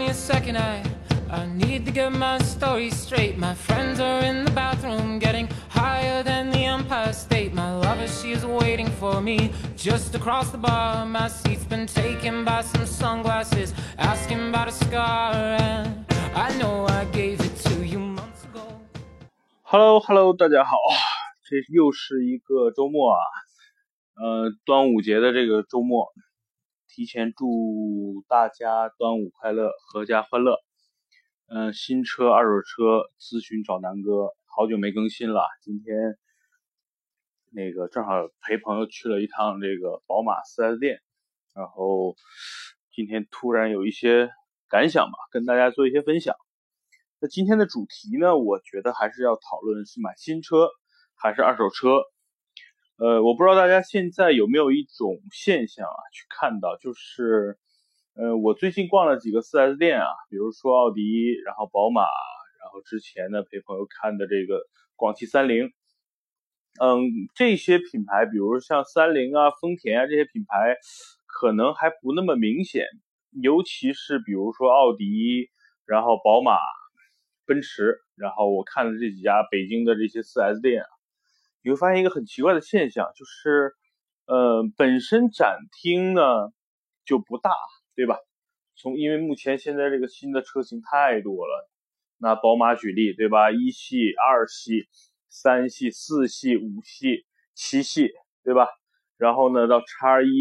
a second, I need to get my story straight. My friends are in the bathroom getting higher than the Empire State. My lover, she is waiting for me just across the bar. My seat's been taken by some sunglasses asking about a scar, and I know I gave it to you months ago. Hello， 大家好，这又是一个周末啊，端午节的这个周末，提前祝大家端午快乐，阖家欢乐。新车、二手车咨询找南哥，好久没更新了，今天那个正好陪朋友去了一趟这个宝马 4S 店，然后今天突然有一些感想吧，跟大家做一些分享。那今天的主题呢，我觉得还是要讨论是买新车还是二手车。我不知道大家现在有没有一种现象啊，去看到就是我最近逛了几个 4S 店啊，比如说奥迪，然后宝马，然后之前呢陪朋友看的这个广汽三菱。这些品牌比如像三菱啊、丰田啊这些品牌可能还不那么明显，尤其是比如说奥迪，然后宝马、奔驰，然后我看了这几家北京的这些 4S 店啊，你会发现一个很奇怪的现象，就是本身展厅呢就不大，对吧？因为目前现在这个新的车型太多了，拿宝马举例，对吧？一系、二系、三系、四系、五系、七系，对吧？然后呢到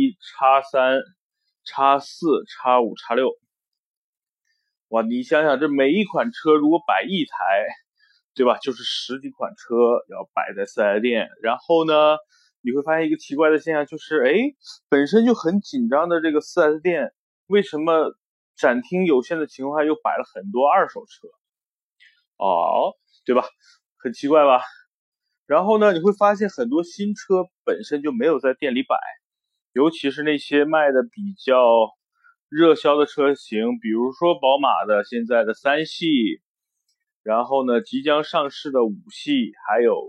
X1、X3、X4、X5、X6，哇，你想想这每一款车如果摆一台，对吧？就是十几款车要摆在 4S 店，然后呢你会发现一个奇怪的现象，就是本身就很紧张的这个 4S 店，为什么展厅有限的情况下又摆了很多二手车？对吧？很奇怪吧？然后呢你会发现很多新车本身就没有在店里摆，尤其是那些卖的比较热销的车型，比如说宝马的现在的3系，然后呢即将上市的5系，还有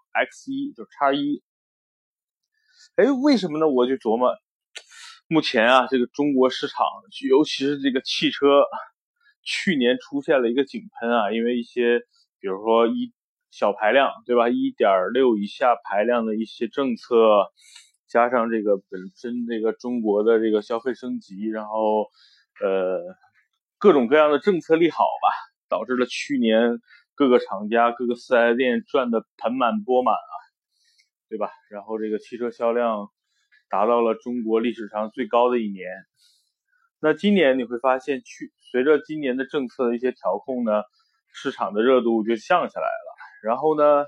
X1 就 X1。为什么呢？我就琢磨，目前啊这个中国市场，尤其是这个汽车，去年出现了一个井喷啊，因为一些比如说小排量，对吧，1.6以下排量的一些政策，加上这个本身这个中国的这个消费升级，然后各种各样的政策利好吧，导致了去年各个厂家各个 4S 店赚得盆满钵满啊，对吧？然后这个汽车销量达到了中国历史上最高的一年。那今年你会发现随着今年的政策的一些调控呢，市场的热度就降下来了，然后呢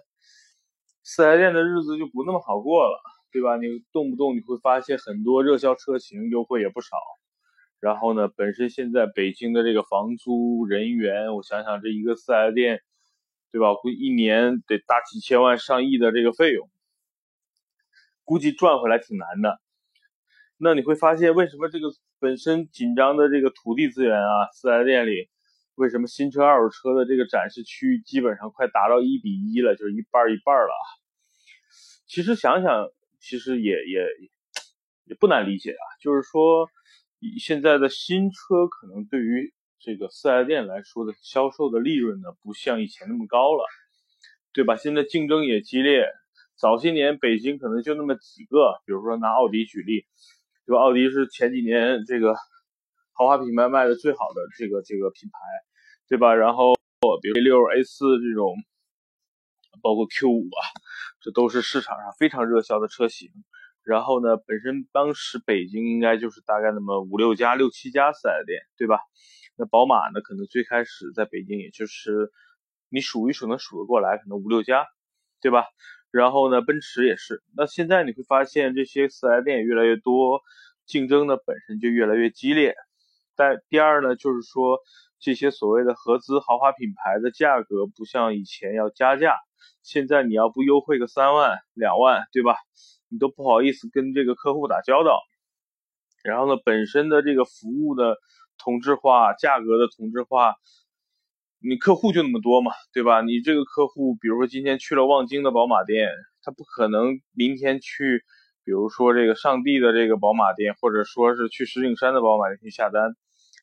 4S 店的日子就不那么好过了，对吧？你动不动你会发现很多热销车型优惠也不少，然后呢本身现在北京的这个房租人员，我想想这一个 4S 店，对吧，估计一年得大几千万上亿的这个费用，估计赚回来挺难的。那你会发现为什么这个本身紧张的这个土地资源啊 4S 店里，为什么新车二手车的这个展示区基本上快达到1:1了，就是一半一半了。其实想想其实也不难理解啊，就是说现在的新车可能对于这个 4S 店来说的销售的利润呢不像以前那么高了，对吧？现在竞争也激烈，早些年北京可能就那么几个，比如说拿奥迪举例，对吧？奥迪是前几年这个豪华品牌卖的最好的这个品牌，对吧？然后比如 A6、A4 这种，包括 Q5 啊，这都是市场上非常热销的车型。然后呢，本身当时北京应该就是大概那么5、6家、6、7家 4S 店，对吧？那宝马呢，可能最开始在北京也就是你数一数能数得过来，可能5、6家，对吧？然后呢，奔驰也是。那现在你会发现这些 4S 店越来越多，竞争呢本身就越来越激烈。但第二呢，就是说这些所谓的合资豪华品牌的价格不像以前要加价，现在你要不优惠个3万、2万，对吧？你都不好意思跟这个客户打交道。然后呢，本身的这个服务的同质化、价格的同质化，你客户就那么多嘛，对吧？你这个客户，比如说今天去了望京的宝马店，他不可能明天去，比如说这个上地的这个宝马店，或者说是去石景山的宝马店去下单，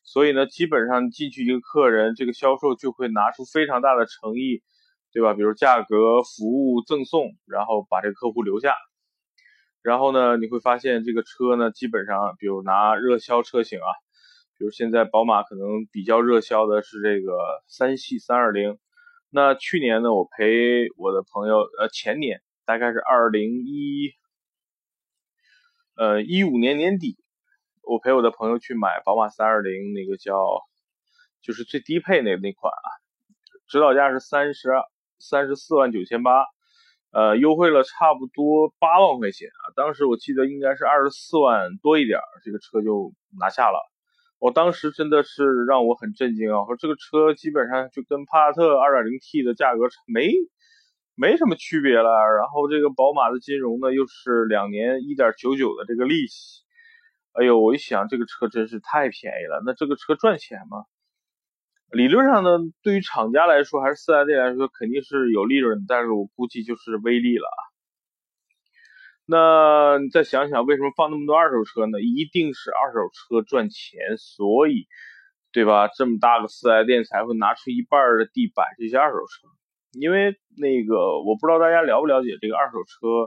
所以呢，基本上进去一个客人，这个销售就会拿出非常大的诚意，对吧？比如价格、服务、赠送，然后把这个客户留下。然后呢，你会发现这个车呢，基本上，比如拿热销车型啊，比如现在宝马可能比较热销的是这个3系320。那去年呢，我陪我的朋友，前年大概是2015年年底，我陪我的朋友去买宝马320，那个就是最低配那款啊，指导价是34.98万，优惠了差不多8万块钱啊。当时我记得应该是24万多一点，这个车就拿下了。我当时真的是让我很震惊啊！我说这个车基本上就跟帕萨特 2.0T 的价格没什么区别了。然后这个宝马的金融呢，又是2年1.99的这个利息。哎呦，我一想这个车真是太便宜了。那这个车赚钱吗？理论上呢，对于厂家来说还是4S店来说肯定是有利润，但是我估计就是微利了。那你再想想，为什么放那么多二手车呢？一定是二手车赚钱，所以，对吧？这么大个4S店才会拿出一半的地摆这些二手车。因为那个，我不知道大家了不了解这个二手车，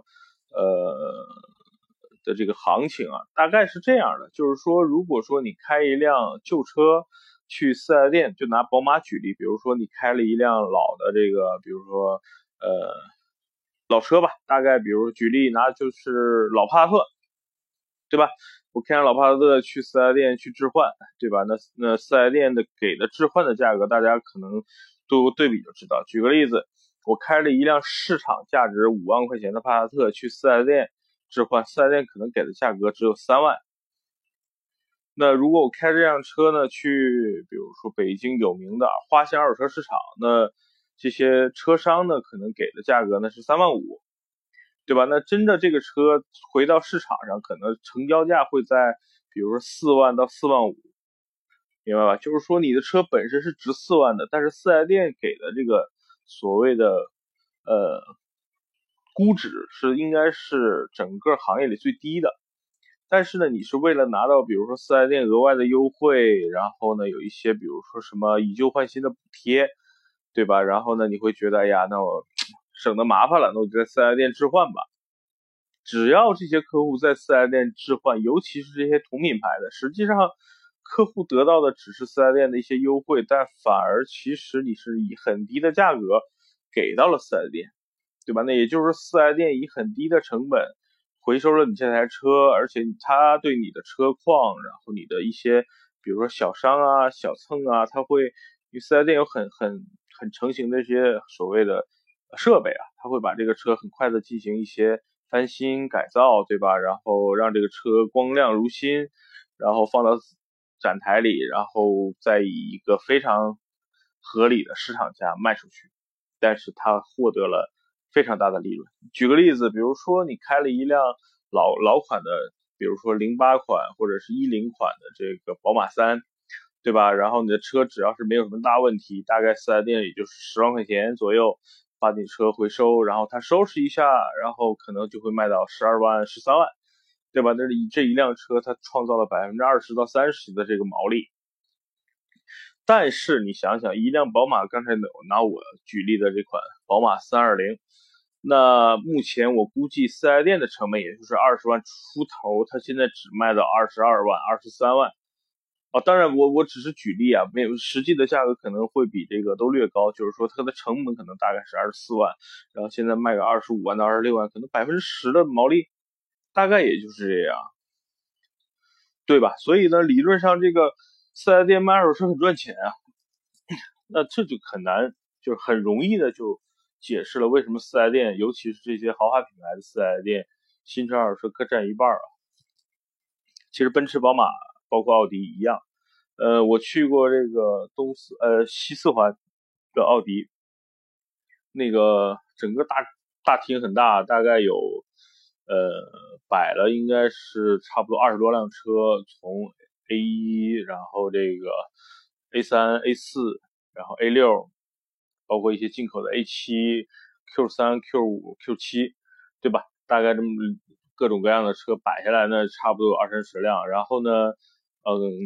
的这个行情啊，大概是这样的，就是说，如果说你开一辆旧车去4S店，就拿宝马举例，比如说你开了一辆老的这个，比如说，老车吧，大概比如举例拿就是老帕萨特，对吧？我开上老帕萨特去4S店去置换，对吧？那4S店的给的置换的价格，大家可能都有对比就知道。举个例子，我开了一辆市场价值5万块钱的帕萨特去4S店置换，4S店可能给的价格只有3万。那如果我开这辆车呢，去比如说北京有名的花乡二手车市场，那这些车商呢，可能给的价格呢是3.5万，对吧？那真的这个车回到市场上，可能成交价会在比如说4万到4.5万，明白吧？就是说你的车本身是值4万的，但是4S店给的这个所谓的呃估值应该是整个行业里最低的。但是呢，你是为了拿到比如说4S店额外的优惠，然后呢有一些比如说什么以旧换新的补贴，对吧？然后呢你会觉得，哎呀，那我省得麻烦了，那我就在4S店置换吧。只要这些客户在4S店置换，尤其是这些同品牌的，实际上客户得到的只是4S店的一些优惠，但反而其实你是以很低的价格给到了4S店，对吧？那也就是说4S店以很低的成本回收了你这台车，而且他对你的车况，然后你的一些比如说小伤啊、小蹭啊，他会，因为4S店有很成型的一些所谓的设备啊，他会把这个车很快的进行一些翻新改造，对吧？然后让这个车光亮如新，然后放到展台里，然后再以一个非常合理的市场价卖出去，但是他获得了非常大的利润。举个例子，比如说你开了一辆老款的，比如说08款或者是10款的这个宝马3，对吧？然后你的车只要是没有什么大问题，大概4S店也就是10万块钱左右，把你车回收，然后他收拾一下，然后可能就会卖到12万、13万，对吧？那这一辆车它创造了20%到30%的这个毛利。但是你想想，一辆宝马，刚才拿我举例的这款宝马320，那目前我估计4S店的成本也就是20万出头，它现在只卖到22万、23万。哦，当然我只是举例啊，没有实际的价格可能会比这个都略高，就是说它的成本可能大概是24万，然后现在卖个25万到26万，可能10%的毛利，大概也就是这样，对吧？所以呢，理论上这个4S店卖二手车很赚钱啊。那这就很难，就是很容易的就解释了为什么4S店，尤其是这些豪华品牌的4S店，新车二手车各占一半啊。其实奔驰、宝马包括奥迪一样，我去过这个西四环的奥迪，那个整个大厅很大，大概有摆了应该是差不多20多辆车，从 A1，然后这个 A3、A4，然后 A6，包括一些进口的 A7、Q3、Q5、Q7，对吧？大概这么各种各样的车摆下来呢，差不多有20-30辆。然后呢，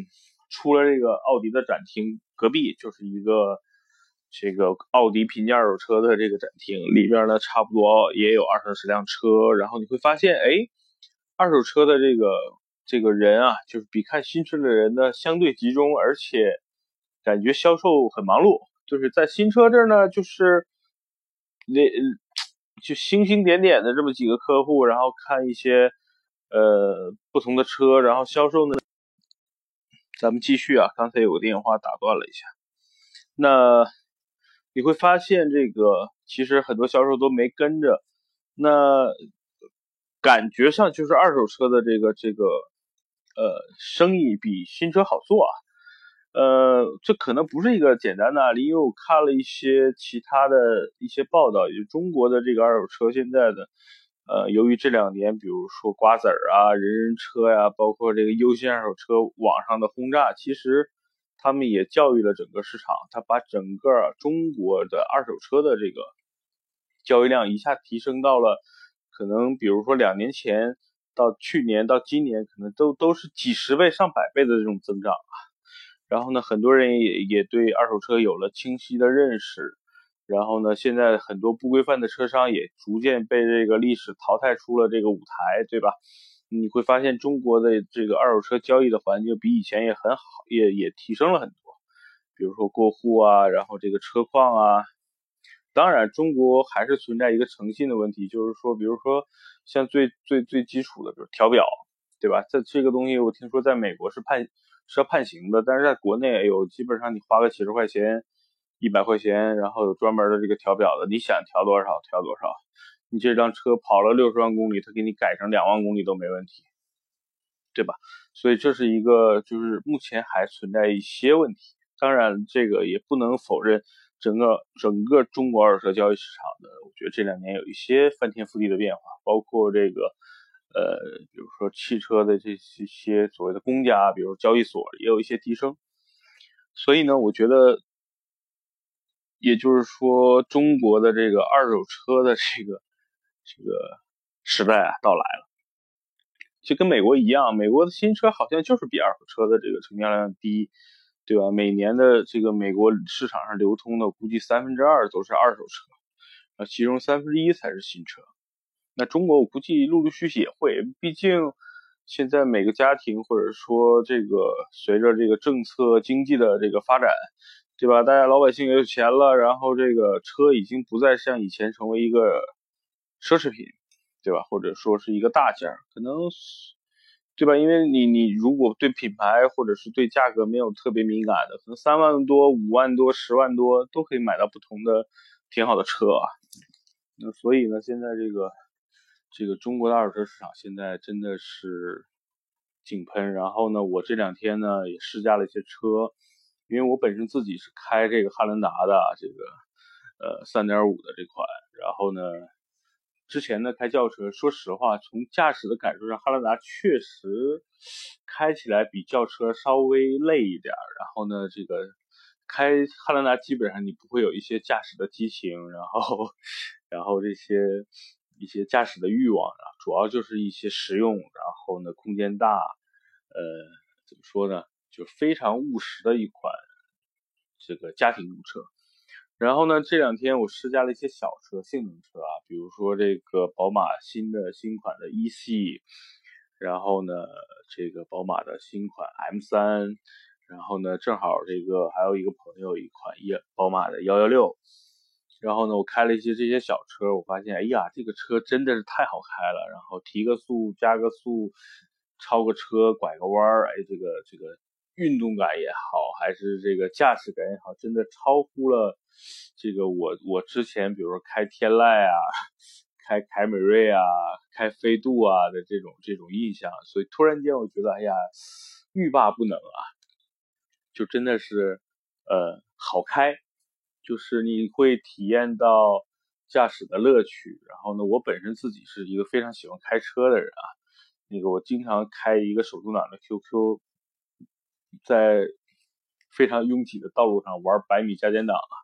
出了这个奥迪的展厅，隔壁就是一个这个奥迪平价二手车的这个展厅，里边呢差不多也有20-30辆车，然后你会发现，哎，二手车的这个人啊，就是比看新车的人呢相对集中，而且感觉销售很忙碌。就是在新车这儿呢，就是那就星星点点的这么几个客户，然后看一些不同的车，然后销售呢，咱们继续啊，刚才有个电话打断了一下。那你会发现这个其实很多销售都没跟着，那感觉上就是二手车的这个生意比新车好做啊。这可能不是一个简单的案例，因为我看了一些其他的一些报道，也就中国的这个二手车现在的，由于这2年，比如说瓜子儿啊、人人车呀，包括这个优信二手车网上的轰炸，其实他们也教育了整个市场，他把整个中国的二手车的这个交易量一下提升到了，可能比如说2年前到去年到今年，可能都是几十倍、上百倍的这种增长。然后呢，很多人也对二手车有了清晰的认识，然后呢，现在很多不规范的车商也逐渐被这个历史淘汰出了这个舞台，对吧？你会发现中国的这个二手车交易的环境比以前也很好，也提升了很多，比如说过户啊，然后这个车况啊。当然，中国还是存在一个诚信的问题，就是说，比如说像最基础的，比如调表，对吧？这个东西我听说在美国是要判刑的，但是在国内有基本上你花个几十块钱、100块钱，然后有专门的这个调表的，你想调多少调多少，你这辆车跑了60万公里，他给你改成2万公里都没问题，对吧？所以这是一个就是目前还存在一些问题。当然，这个也不能否认整个中国二手车交易市场的，我觉得这2年有一些翻天覆地的变化，包括这个比如说汽车的这些所谓的公家，比如交易所也有一些提升。所以呢，我觉得，也就是说，中国的这个二手车的这个时代啊到来了。就跟美国一样，美国的新车好像就是比二手车的这个成交量低，对吧？每年的这个美国市场上流通的，估计2/3都是二手车，其中1/3才是新车。那中国我估计陆陆续续也会，毕竟现在每个家庭或者说这个随着这个政策经济的这个发展，对吧？大家老百姓也有钱了，然后这个车已经不再像以前成为一个奢侈品，对吧？或者说是一个大件，可能对吧？因为你如果对品牌或者是对价格没有特别敏感的，可能3万多、5万多、10万多都可以买到不同的挺好的车啊。那所以呢，现在这个中国的二手车市场现在真的是井喷。然后呢，我这2天呢也试驾了一些车，因为我本身自己是开这个汉兰达的这个3.5的这款，然后呢。之前呢开轿车，说实话，从驾驶的感受上，汉兰达确实开起来比轿车稍微累一点。然后呢，这个开汉兰达基本上你不会有一些驾驶的激情，然后一些驾驶的欲望啊，主要就是一些实用，然后呢空间大，怎么说呢，就非常务实的一款这个家庭用车。然后呢，这2天我试驾了一些小车、性能车啊，比如说这个宝马新款的一系，然后呢，这个宝马的新款 M3，然后呢，正好这个还有一个朋友一款宝马的116，然后呢，我开了一些这些小车，我发现，哎呀，这个车真的是太好开了，然后提个速、加个速、超个车、拐个弯儿，哎，这个运动感也好，还是这个驾驶感也好，真的超乎了这个我之前比如说开天籁啊、开凯美瑞啊、开飞度啊的这种印象，所以突然间我觉得，哎呀，欲罢不能啊，就真的是好开，就是你会体验到驾驶的乐趣。然后呢，我本身自己是一个非常喜欢开车的人啊，那个我经常开一个手动挡的 QQ。在非常拥挤的道路上玩100米加减档啊，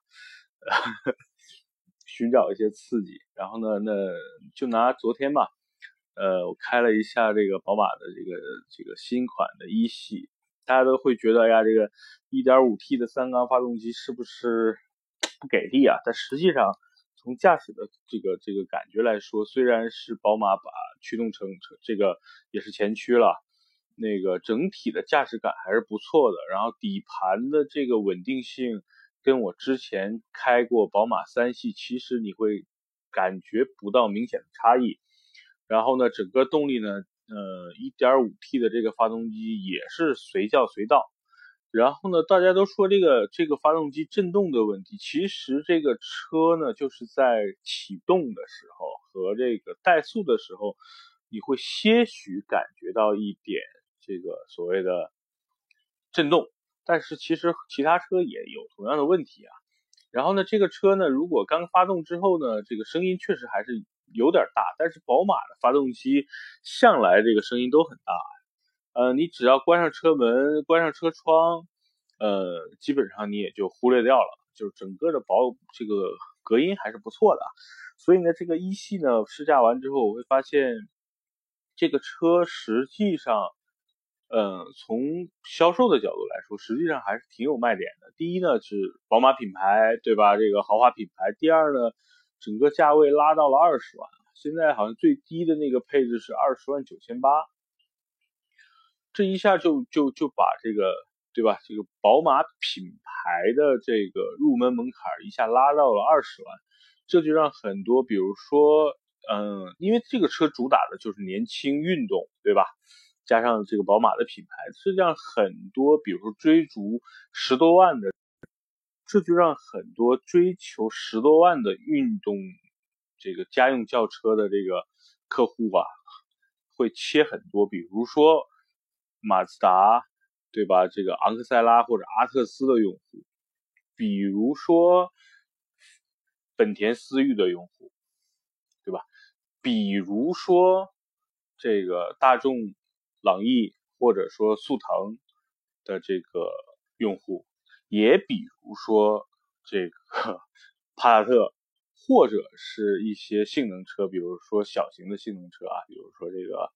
寻找一些刺激。然后呢，那就拿昨天吧，我开了一下这个宝马的这个新款的一系， 大家都会觉得呀，这个 1.5T 的3缸发动机是不是不给力啊？但实际上，从驾驶的这个感觉来说，虽然是宝马把驱动成这个也是前驱了，那个整体的驾驶感还是不错的。然后底盘的这个稳定性，跟我之前开过宝马3系，其实你会感觉不到明显的差异。然后呢，整个动力呢，1.5T 的这个发动机也是随叫随到。然后呢，大家都说这个发动机震动的问题，其实这个车呢，就是在启动的时候和这个怠速的时候，你会些许感觉到一点这个所谓的震动，但是其实其他车也有同样的问题啊。然后呢，这个车呢，如果刚发动之后呢，这个声音确实还是有点大，但是宝马的发动机向来这个声音都很大。你只要关上车门、关上车窗，基本上你也就忽略掉了，就是整个的这个隔音还是不错的。所以呢，这个一系呢试驾完之后，我会发现这个车实际上，从销售的角度来说，实际上还是挺有卖点的。第一呢是宝马品牌，对吧？这个豪华品牌。第二呢，整个价位拉到了20万，现在好像最低的那个配置是20.98万。这一下就把这个，对吧？这个宝马品牌的这个入门门槛一下拉到了20万，这就让很多，比如说，因为这个车主打的就是年轻运动，对吧？加上这个宝马的品牌，这就让很多，比如说追逐10多万的，这就让很多追求10多万的运动这个家用轿车的这个客户啊，会切很多，比如说马自达，对吧？这个昂克赛拉或者阿特兹的用户，比如说本田思域的用户，对吧？比如说这个大众朗逸或者说速腾的这个用户，也比如说这个帕萨特，或者是一些性能车，比如说小型的性能车啊，比如说这个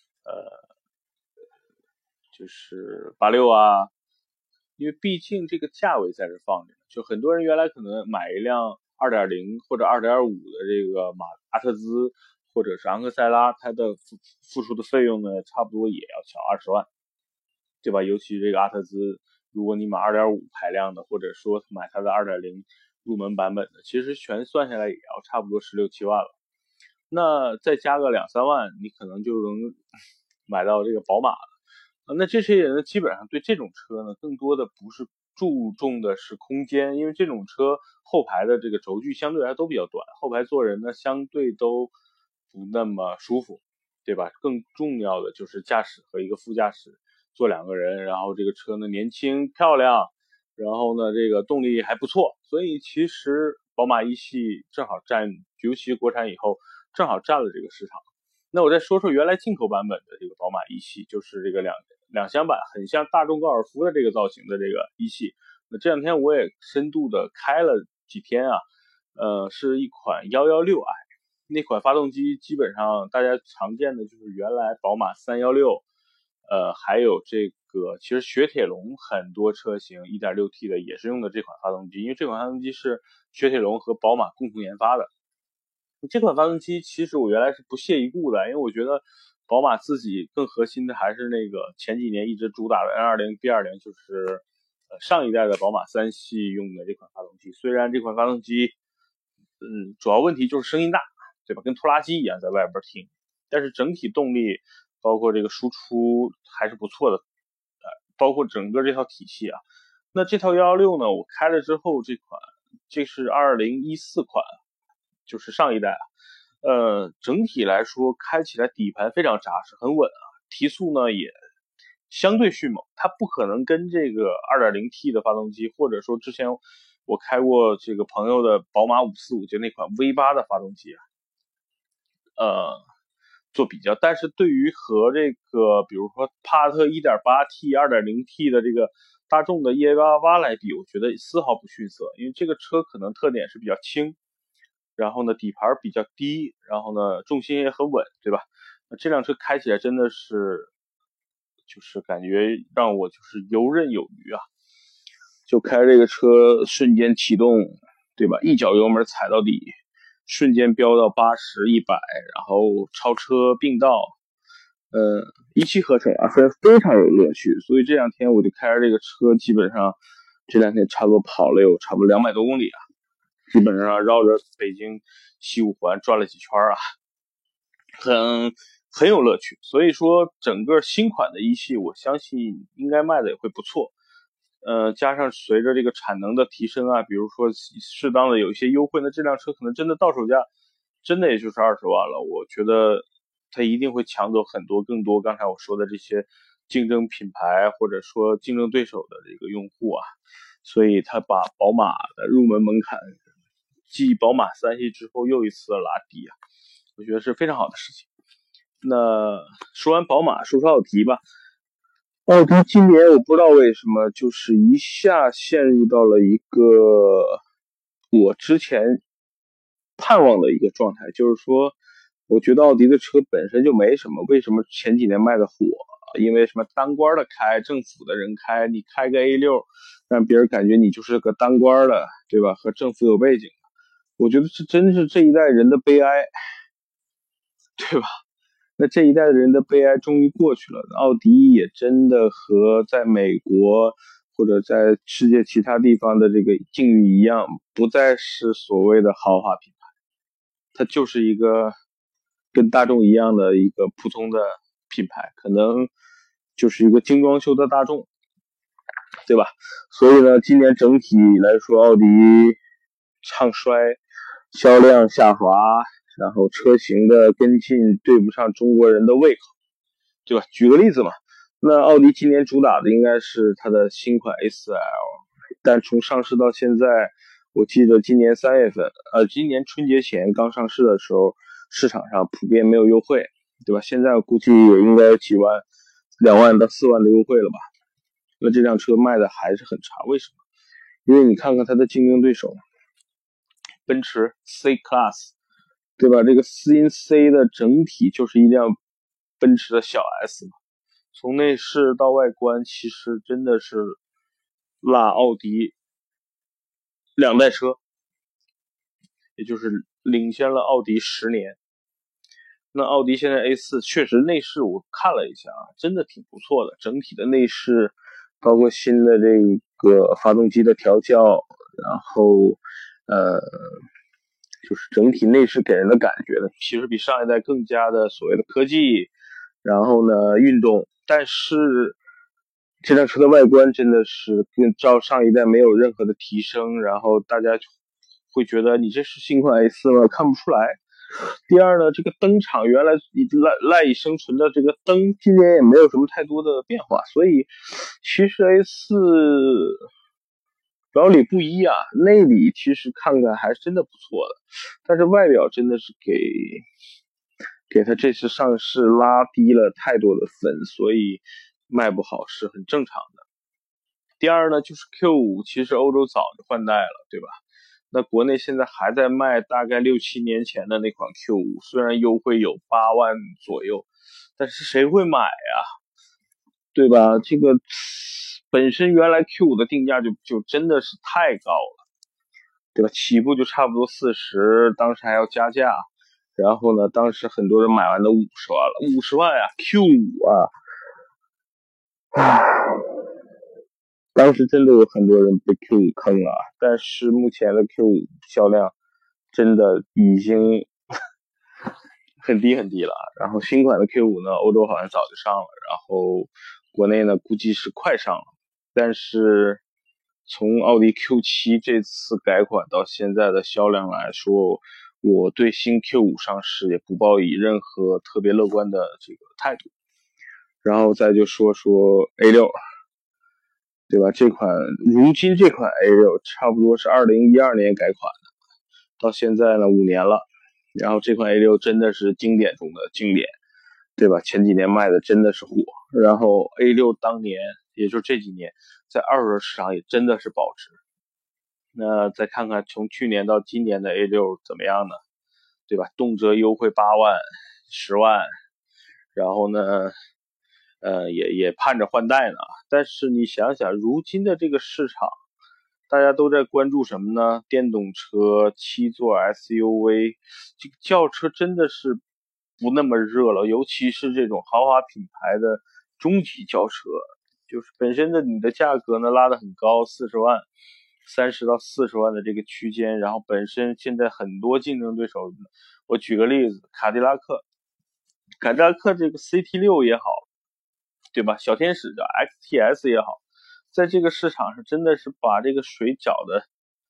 就是86啊，因为毕竟这个价位在这放着，就很多人原来可能买一辆2.0或者2.5的这个阿特兹或者是昂克赛拉，它的付出的费用呢，差不多也要小20万，对吧？尤其这个阿特兹，如果你买2.5排量的，或者说买它的2.0入门版本的，其实全算下来也要差不多16、17万了。那再加个2、3万，你可能就能买到这个宝马了。那这些人呢，基本上对这种车呢，更多的不是注重的是空间，因为这种车后排的这个轴距相对来都比较短，后排坐人呢相对都不那么舒服，对吧？更重要的就是驾驶和一个副驾驶坐2个人，然后这个车呢年轻漂亮，然后呢这个动力还不错，所以其实宝马一系正好占，尤其国产以后正好占了这个市场。那我再说说原来进口版本的这个宝马一系，就是这个两厢版，很像大众高尔夫的这个造型的这个一系。那这两天我也深度的开了几天啊，是一款116i，那款发动机基本上大家常见的就是原来宝马316，还有这个其实雪铁龙很多车型 1.6T 的也是用的这款发动机，因为这款发动机是雪铁龙和宝马共同研发的。这款发动机其实我原来是不屑一顾的，因为我觉得宝马自己更核心的还是那个前几年一直主打的 N20、B20，就是上一代的宝马3系用的这款发动机。虽然这款发动机，主要问题就是声音大，对吧？跟拖拉机一样在外边听，但是整体动力包括这个输出还是不错的，包括整个这套体系啊。那这套116呢，我开了之后，这是2014款。就是上一代啊，整体来说开起来底盘非常扎实，很稳啊，提速呢也相对迅猛，它不可能跟这个 2.0T 的发动机，或者说之前我开过这个朋友的宝马545，就那款 V8 的发动机啊，做比较。但是对于和这个比如说帕萨特 1.8T、2.0T 的这个大众的 EA888 来比，我觉得丝毫不逊色，因为这个车可能特点是比较轻。然后呢，底盘比较低，然后呢，重心也很稳，对吧？那这辆车开起来真的是就是感觉让我就是游刃有余啊。就开这个车瞬间启动，对吧？一脚油门踩到底，瞬间飙到80、100，然后超车并道，一气呵成啊，非常有乐趣。所以这两天我就开着这个车，基本上这两天差不多跑了有差不多200多公里啊，基本上绕着北京西五环转了几圈啊，很有乐趣。所以说整个新款的一系，我相信应该卖的也会不错。加上随着这个产能的提升啊，比如说适当的有一些优惠，那这辆车可能真的到手价真的也就是20万了。我觉得它一定会抢走很多更多刚才我说的这些竞争品牌或者说竞争对手的这个用户啊，所以它把宝马的入门门槛继宝马3系之后又一次的拉低啊，我觉得是非常好的事情。那说完宝马，说说奥迪吧。奥迪今年我不知道为什么就是一下陷入到了一个我之前盼望的一个状态，就是说我觉得奥迪的车本身就没什么，为什么前几年卖的火？因为什么当官的开，政府的人开，你开个 A6 让别人感觉你就是个当官的，对吧？和政府有背景，我觉得这真是这一代人的悲哀，对吧？那这一代人的悲哀终于过去了，奥迪也真的和在美国或者在世界其他地方的这个境遇一样，不再是所谓的豪华品牌，它就是一个跟大众一样的一个普通的品牌，可能就是一个精装修的大众，对吧？所以呢，今年整体来说，奥迪唱衰，销量下滑，然后车型的跟进对不上中国人的胃口，对吧？举个例子嘛，那奥迪今年主打的应该是它的新款 A4L， 但从上市到现在，我记得今年3月份，今年春节前刚上市的时候，市场上普遍没有优惠，对吧？现在估计也应该几万，2万到4万的优惠了吧？那这辆车卖的还是很差，为什么？因为你看看它的竞争对手，奔驰 C Class， 对吧？这个思音 C 的整体就是一辆奔驰的小 S 嘛，从内饰到外观，其实真的是落奥迪2代车，也就是领先了奥迪10年。那奥迪现在 A4 确实内饰我看了一下啊，真的挺不错的，整体的内饰包括新的这个发动机的调教，然后就是整体内饰给人的感觉呢，其实比上一代更加的所谓的科技，然后呢运动，但是这辆车的外观真的是跟照上一代没有任何的提升，然后大家会觉得你这是新款 A4 吗？看不出来。第二呢，这个灯厂原来赖以生存的这个灯，今年也没有什么太多的变化，所以其实 A4 表里不一啊，内里其实看看还是真的不错的，但是外表真的是给它这次上市拉低了太多的分，所以卖不好是很正常的。第二呢，就是 Q5， 其实欧洲早就换代了，对吧？那国内现在还在卖大概6、7年前的那款 Q5， 虽然优惠有8万左右，但是谁会买呀？对吧？这个本身原来 Q5 的定价就真的是太高了，对吧？起步就差不多40，当时还要加价，然后呢，当时很多人买完都50万了，50万呀 ，Q5 啊，当时真的有很多人被 Q5 坑了，但是目前的 Q5 销量真的已经很低很低了。然后新款的 Q5 呢，欧洲好像早就上了，然后国内呢估计是快上了。但是从奥迪 Q7 这次改款到现在的销量来说，我对新 Q5 上市也不抱以任何特别乐观的这个态度。然后再就说说 A6。对吧？如今这款 A6 差不多是2012年改款的，到现在呢5年了。然后这款 A6 真的是经典中的经典，对吧？前几年卖的真的是火。然后 A6 当年，也就是这几年，在二手市场也真的是保值。那再看看从去年到今年的 A6 怎么样呢？对吧？动辄优惠8万、10万，然后呢， 也盼着换代呢。但是你想想，如今的这个市场，大家都在关注什么呢？电动车、七座 SUV，这个轿车真的是不那么热了，尤其是这种豪华品牌的中级轿车，就是本身的你的价格呢拉得很高，40万。30到40万的这个区间，然后本身现在很多竞争对手，我举个例子，卡迪拉克这个 CT6也好，对吧？小天使叫 XTS 也好，在这个市场上真的是把这个水搅的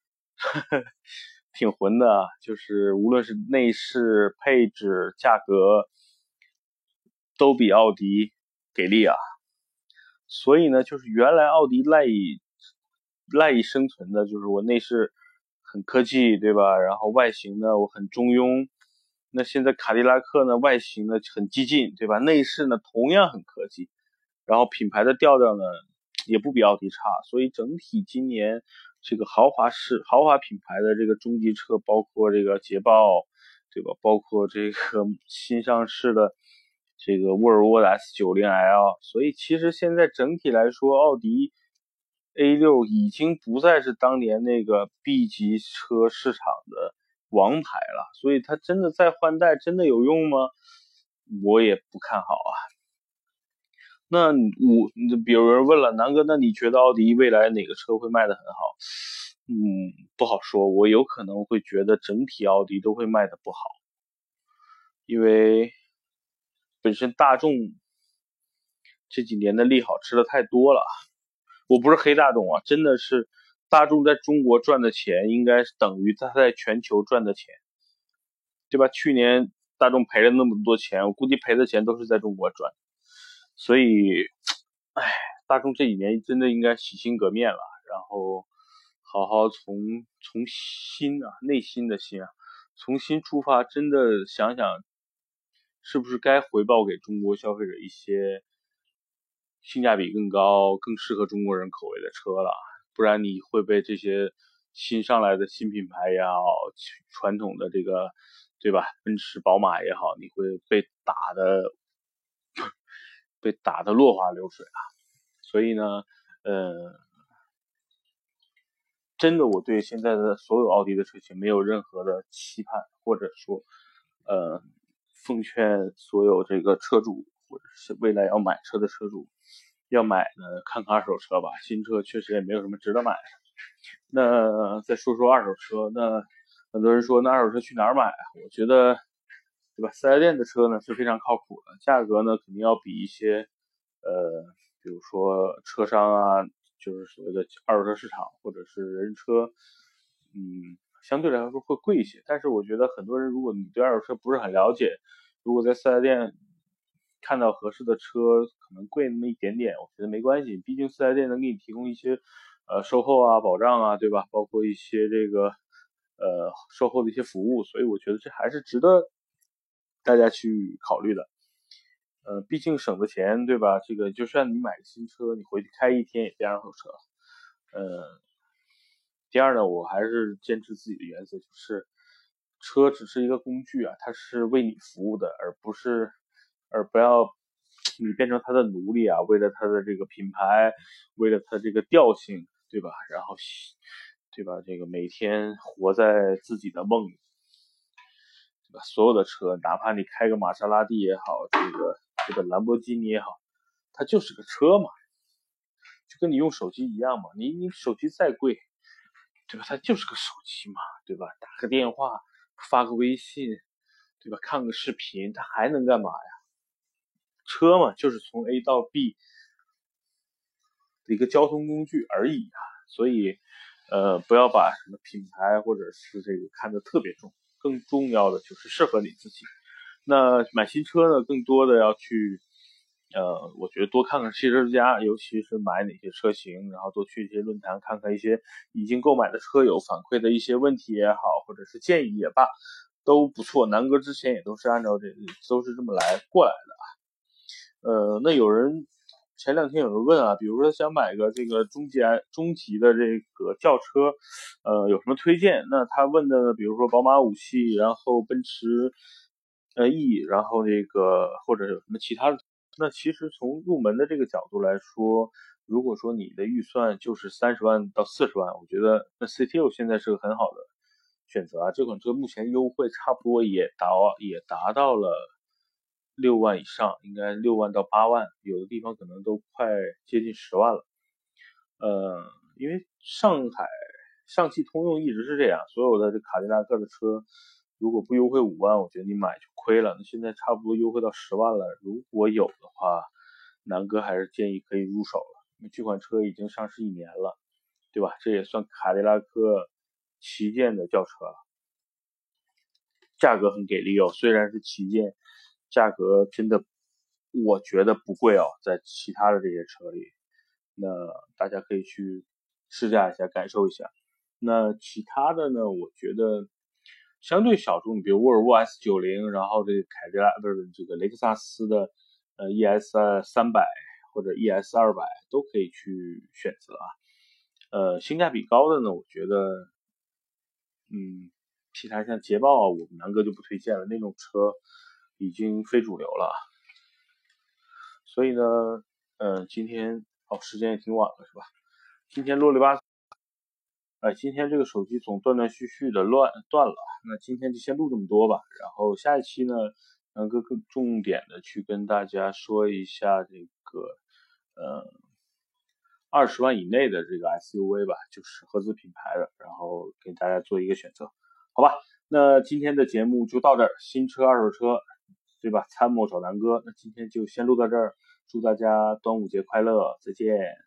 挺浑的啊，就是无论是内饰、配置、价格，都比奥迪给力啊。所以呢，就是原来奥迪赖以生存的，就是我内饰很科技，对吧？然后外形呢，我很中庸。那现在卡迪拉克呢，外形呢很激进，对吧？内饰呢同样很科技，然后品牌的调调呢也不比奥迪差，所以整体今年这个豪华品牌的这个中级车，包括这个捷豹，对吧？包括这个新上市的这个沃尔沃的 S90L，所以其实现在整体来说，奥迪 A6已经不再是当年那个 B 级车市场的王牌了，所以它真的再换代真的有用吗？我也不看好啊。那比如人问了，南哥，那你觉得奥迪未来哪个车会卖得很好？不好说，我有可能会觉得整体奥迪都会卖得不好，因为本身大众这几年的利好吃的太多了。我不是黑大众啊，真的是大众在中国赚的钱，应该是等于他在全球赚的钱，对吧？去年大众赔了那么多钱，我估计赔的钱都是在中国赚，所以，唉，大众这几年真的应该洗心革面了，然后好好从心啊，内心的心啊，重新出发，真的想想，是不是该回报给中国消费者一些性价比更高、更适合中国人口味的车了？不然你会被这些新上来的新品牌也好，传统的这个，对吧？奔驰、宝马也好，你会被打的落花流水啊！所以呢，真的我对现在的所有奥迪的车型没有任何的期盼，或者说，奉劝所有这个车主或者是未来要买车的车主，要买呢看看二手车吧，新车确实也没有什么值得买的。那再说说二手车，那很多人说那二手车去哪儿买？我觉得，对吧？4S店的车呢是非常靠谱的，价格呢肯定要比一些比如说车商啊，就是所谓的二手车市场或者是人车，相对来说会贵一些。但是我觉得很多人，如果你对二手车不是很了解，如果在4S店看到合适的车，可能贵那么一点点，我觉得没关系，毕竟4S店能给你提供一些售后啊、保障啊，对吧？包括一些这个售后的一些服务，所以我觉得这还是值得大家去考虑的。毕竟省的钱，对吧？这个就算你买个新车，你回去开一天也变二手车。第二呢，我还是坚持自己的原则，就是车只是一个工具啊，它是为你服务的，而不要你变成它的奴隶啊，为了它的这个品牌，为了它这个调性，对吧？然后，对吧？这个每天活在自己的梦里，对吧？所有的车，哪怕你开个玛莎拉蒂也好，这个兰博基尼也好，它就是个车嘛，就跟你用手机一样嘛，你手机再贵，对吧？它就是个手机嘛，对吧？打个电话，发个微信，对吧？看个视频，它还能干嘛呀？车嘛，就是从 A 到 B 的一个交通工具而已啊。所以，不要把什么品牌或者是这个看得特别重，更重要的就是适合你自己。那买新车呢，更多的要去，我觉得多看看汽车之家，尤其是买哪些车型，然后多去一些论坛看看一些已经购买的车友反馈的一些问题也好，或者是建议也罢，都不错。南哥之前也都是按照都是这么来过来的。那前两天有人问啊，比如说想买个这个中级的这个轿车，有什么推荐？那他问的呢，比如说宝马5系，然后奔驰E，然后这个或者有什么其他的那其实从入门的这个角度来说，如果说你的预算就是30万到40万，我觉得那 CTO 现在是个很好的选择啊。这款车目前优惠差不多也达到了6万以上，应该6万到8万，有的地方可能都快接近10万了。因为上汽通用一直是这样，所有的这卡迪拉克的车，如果不优惠5万，我觉得你买就亏了。那现在差不多优惠到10万了，如果有的话，南哥还是建议可以入手了。因为这款车已经上市1年了，对吧？这也算卡迪拉克旗舰的轿车了，价格很给力哦。虽然是旗舰，价格真的我觉得不贵哦，在其他的这些车里。那大家可以去试驾一下，感受一下。那其他的呢，我觉得相对小众，比如沃尔沃 S90，然后这个凯迪拉不是这个雷克萨斯的ES 300或者 ES 200都可以去选择啊。性价比高的呢，我觉得其他像捷豹啊，我们南哥就不推荐了，那种车已经非主流了。所以呢，今天时间也挺晚了，是吧？今天啰里吧嗦，今天这个手机总断断续续的断了，那今天就先录这么多吧。然后下一期呢，能更重点的去跟大家说一下这个20万以内的这个 SUV 吧，就是合资品牌的，然后给大家做一个选择，好吧？那今天的节目就到这儿，新车二手车，对吧？参谋找南哥，那今天就先录到这儿，祝大家端午节快乐，再见。